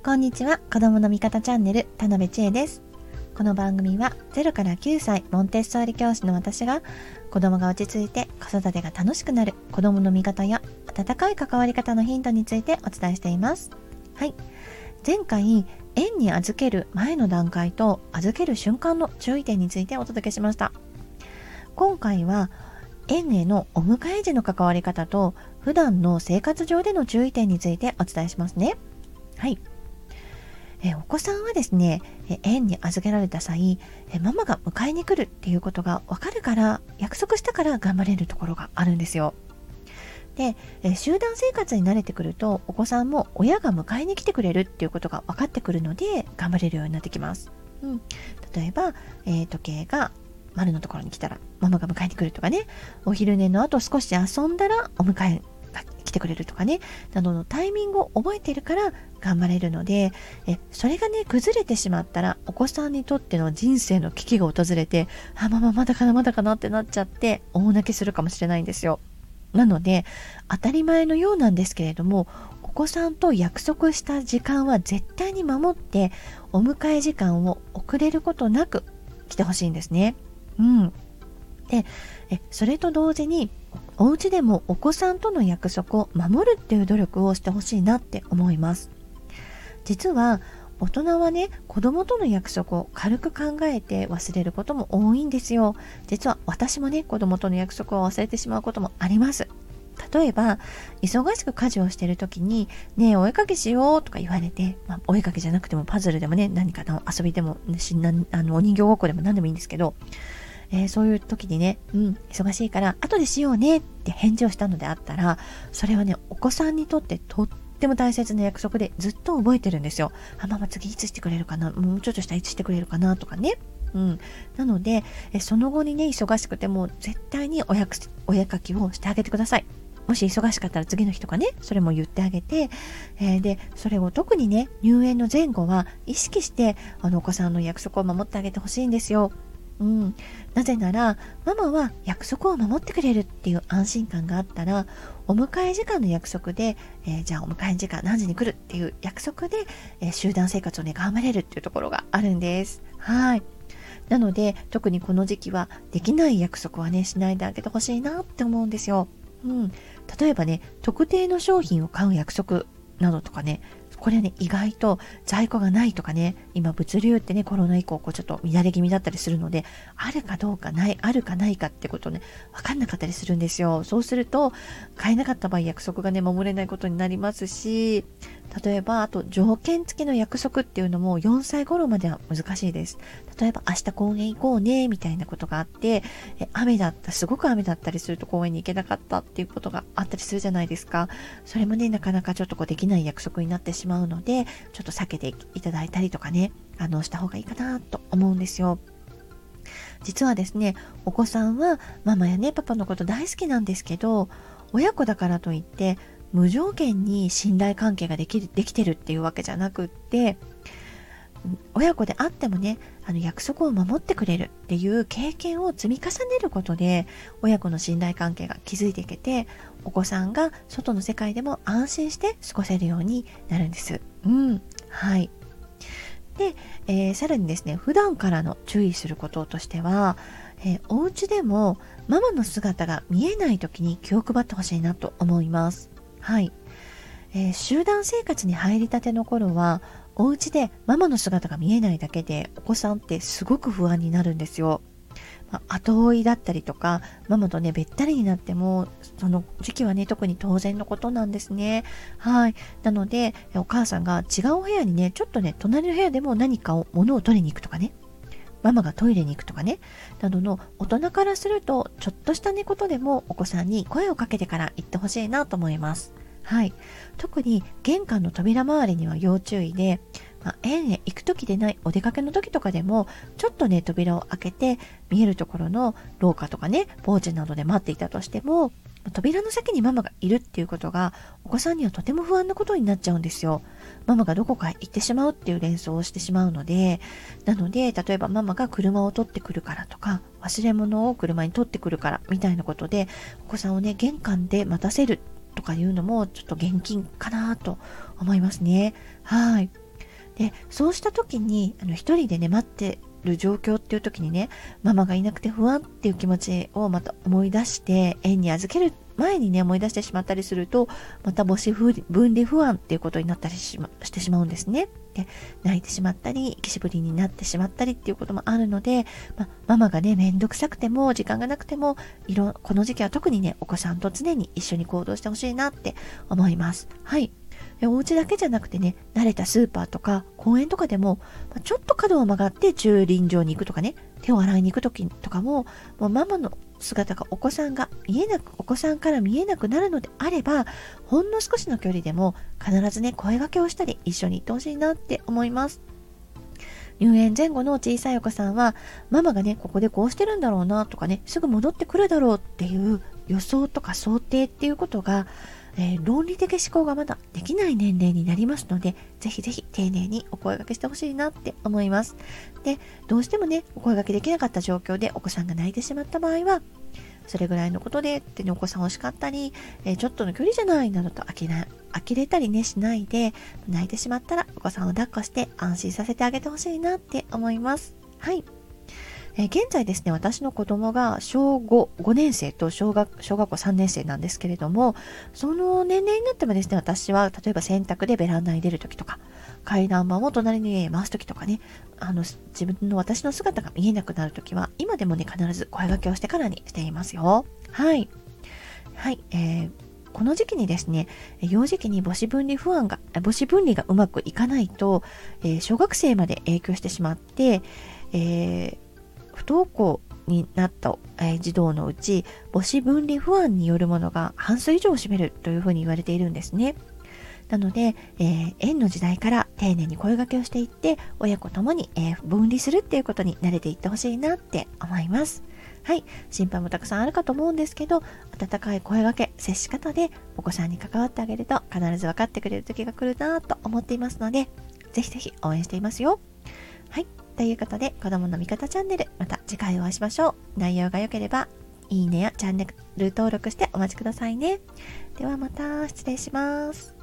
こんにちは。子供の味方チャンネル田辺千恵です。この番組は0から9歳モンテッソーリ教師の私が子供が落ち着いて子育てが楽しくなる子供の味方や温かい関わり方のヒントについてお伝えしています。はい。前回園に預ける前の段階と預ける瞬間の注意点についてお届けしました。今回は園へのお迎え時の関わり方と普段の生活上での注意点についてお伝えしますね。はい。お子さんはですね、園に預けられた際、ママが迎えに来るっていうことが分かるから、約束したから頑張れるところがあるんですよ。で、集団生活に慣れてくると、お子さんも親が迎えに来てくれるっていうことが分かってくるので、頑張れるようになってきます。例えば、時計が丸のところに来たら、ママが迎えに来るとかね、お昼寝の後少し遊んだらお迎えが来てくれるとかね、などのタイミングを覚えているから頑張れるので、それがね崩れてしまったらお子さんにとっての人生の危機が訪れて、ママまだかなまだかなってなっちゃって大泣きするかもしれないんですよ。なので当たり前のようなんですけれども、お子さんと約束した時間は絶対に守ってお迎え時間を遅れることなく来てほしいんですね。で、それと同時にお家でもお子さんとの約束を守るっていう努力をしてほしいなって思います。実は大人はね、子供との約束を軽く考えて忘れることも多いんですよ。実は私もね、子供との約束を忘れてしまうこともあります。例えば忙しく家事をしている時にねえお絵かきしようとか言われて、お絵かきじゃなくてもパズルでもね、何かの遊びでもお人形ごっこでも何でもいいんですけど、そういう時にね、忙しいから後でしようねって返事をしたのであったら、それはねお子さんにとってとっても大切な約束でずっと覚えてるんですよ。ママ次いつしてくれるかな、もうちょっとしたらいつしてくれるかなとかね。なのでその後にね忙しくても絶対にお絵かきをしてあげてください。もし忙しかったら次の日とかね、それも言ってあげて、でそれを特にね入園の前後は意識してお子さんの約束を守ってあげてほしいんですよ。なぜならママは約束を守ってくれるっていう安心感があったら、お迎え時間の約束で、じゃあお迎え時間何時に来るっていう約束で、集団生活をね頑張れるっていうところがあるんです。はい。なので特にこの時期はできない約束はねしないであげてほしいなって思うんですよ。例えばね、特定の商品を買う約束などとかね、これはね意外と在庫がないとかね、今物流ってねコロナ以降ちょっと乱れ気味だったりするので、あるかどうかあるかないかってことね分かんなかったりするんですよ。そうすると買えなかった場合約束がね守れないことになりますし、例えばあと条件付きの約束っていうのも4歳頃までは難しいです。例えば明日公園行こうねみたいなことがあって、すごく雨だったりすると公園に行けなかったっていうことがあったりするじゃないですか。それもねなかなかちょっとできない約束になってしまうので、ちょっと避けていただいたりとかね、した方がいいかなと思うんですよ。実はですね、お子さんはママやねパパのこと大好きなんですけど、親子だからといって無条件に信頼関係ができてるっていうわけじゃなくって、親子であってもね約束を守ってくれるっていう経験を積み重ねることで親子の信頼関係が築いていけて、お子さんが外の世界でも安心して過ごせるようになるんです。はい。で、さらにですね、普段からの注意することとしては、お家でもママの姿が見えない時に気を配ってほしいなと思います。はい。集団生活に入りたての頃はお家でママの姿が見えないだけでお子さんってすごく不安になるんですよ。後追いだったりとかママとねべったりになってもその時期はね特に当然のことなんですね。はい。なのでお母さんが違うお部屋にねちょっとね隣の部屋でも物を取りに行くとかね、ママがトイレに行くとかねなどの大人からするとちょっとしたねことでもお子さんに声をかけてから行ってほしいなと思います。はい。特に玄関の扉周りには要注意で、園へ行く時でないお出かけの時とかでもちょっとね扉を開けて見えるところの廊下とかねポーチなどで待っていたとしても、扉の先にママがいるっていうことがお子さんにはとても不安なことになっちゃうんですよ。ママがどこかへ行ってしまうっていう連想をしてしまうので、なので例えばママが車を取ってくるからとか忘れ物を車に取ってくるからみたいなことでお子さんをね玄関で待たせるとかいうのもちょっと厳禁かなと思いますね。はい。 で、そうした時に一人でね待ってる状況っていう時にね、ママがいなくて不安っていう気持ちをまた思い出して、園に預ける前にね思い出してしまったりすると、また母子分離不安っていうことになったりしてしまうんですね。で、泣いてしまったり生きしぶりになってしまったりっていうこともあるので、ママがねめんどくさくても時間がなくてもこの時期は特にねお子さんと常に一緒に行動してほしいなって思います。はい。お家だけじゃなくてね、慣れたスーパーとか公園とかでも、ちょっと角を曲がって駐輪場に行くとかね、手を洗いに行くときとかも、もうママの姿がお子さんから見えなくなるのであれば、ほんの少しの距離でも必ずね、声掛けをしたり一緒に行ってほしいなって思います。入園前後の小さいお子さんは、ママがね、ここでこうしてるんだろうなとかね、すぐ戻ってくるだろうっていう予想とか想定っていうことが、論理的思考がまだできない年齢になりますので、ぜひぜひ丁寧にお声掛けしてほしいなって思います。で、どうしてもね、お声掛けできなかった状況でお子さんが泣いてしまった場合は、それぐらいのことでってね、お子さんを叱ったり、ちょっとの距離じゃないなどと呆れたりねしないで、泣いてしまったらお子さんを抱っこして安心させてあげてほしいなって思います。はい。現在ですね、私の子供が小5年生と小学校3年生なんですけれども、その年齢になってもですね、私は例えば洗濯でベランダに出るときとか、階段板を隣に回すときとかね、私の姿が見えなくなるときは、今でもね、必ず声掛けをしてからにしていますよ。はい。はい。この時期にですね、幼児期に母子分離がうまくいかないと、小学生まで影響してしまって、不登校になった、児童のうち母子分離不安によるものが半数以上を占めるというふうに言われているんですね。なので、園の時代から丁寧に声掛けをしていって親子ともに、分離するっていうことに慣れていってほしいなって思います。はい、心配もたくさんあるかと思うんですけど、温かい声掛け、接し方でお子さんに関わってあげると必ず分かってくれる時が来るなと思っていますので、ぜひぜひ応援していますよ。はい、ということで、子供の味方チャンネル、また次回お会いしましょう。内容が良ければいいねやチャンネル登録してお待ちくださいね。ではまた、失礼します。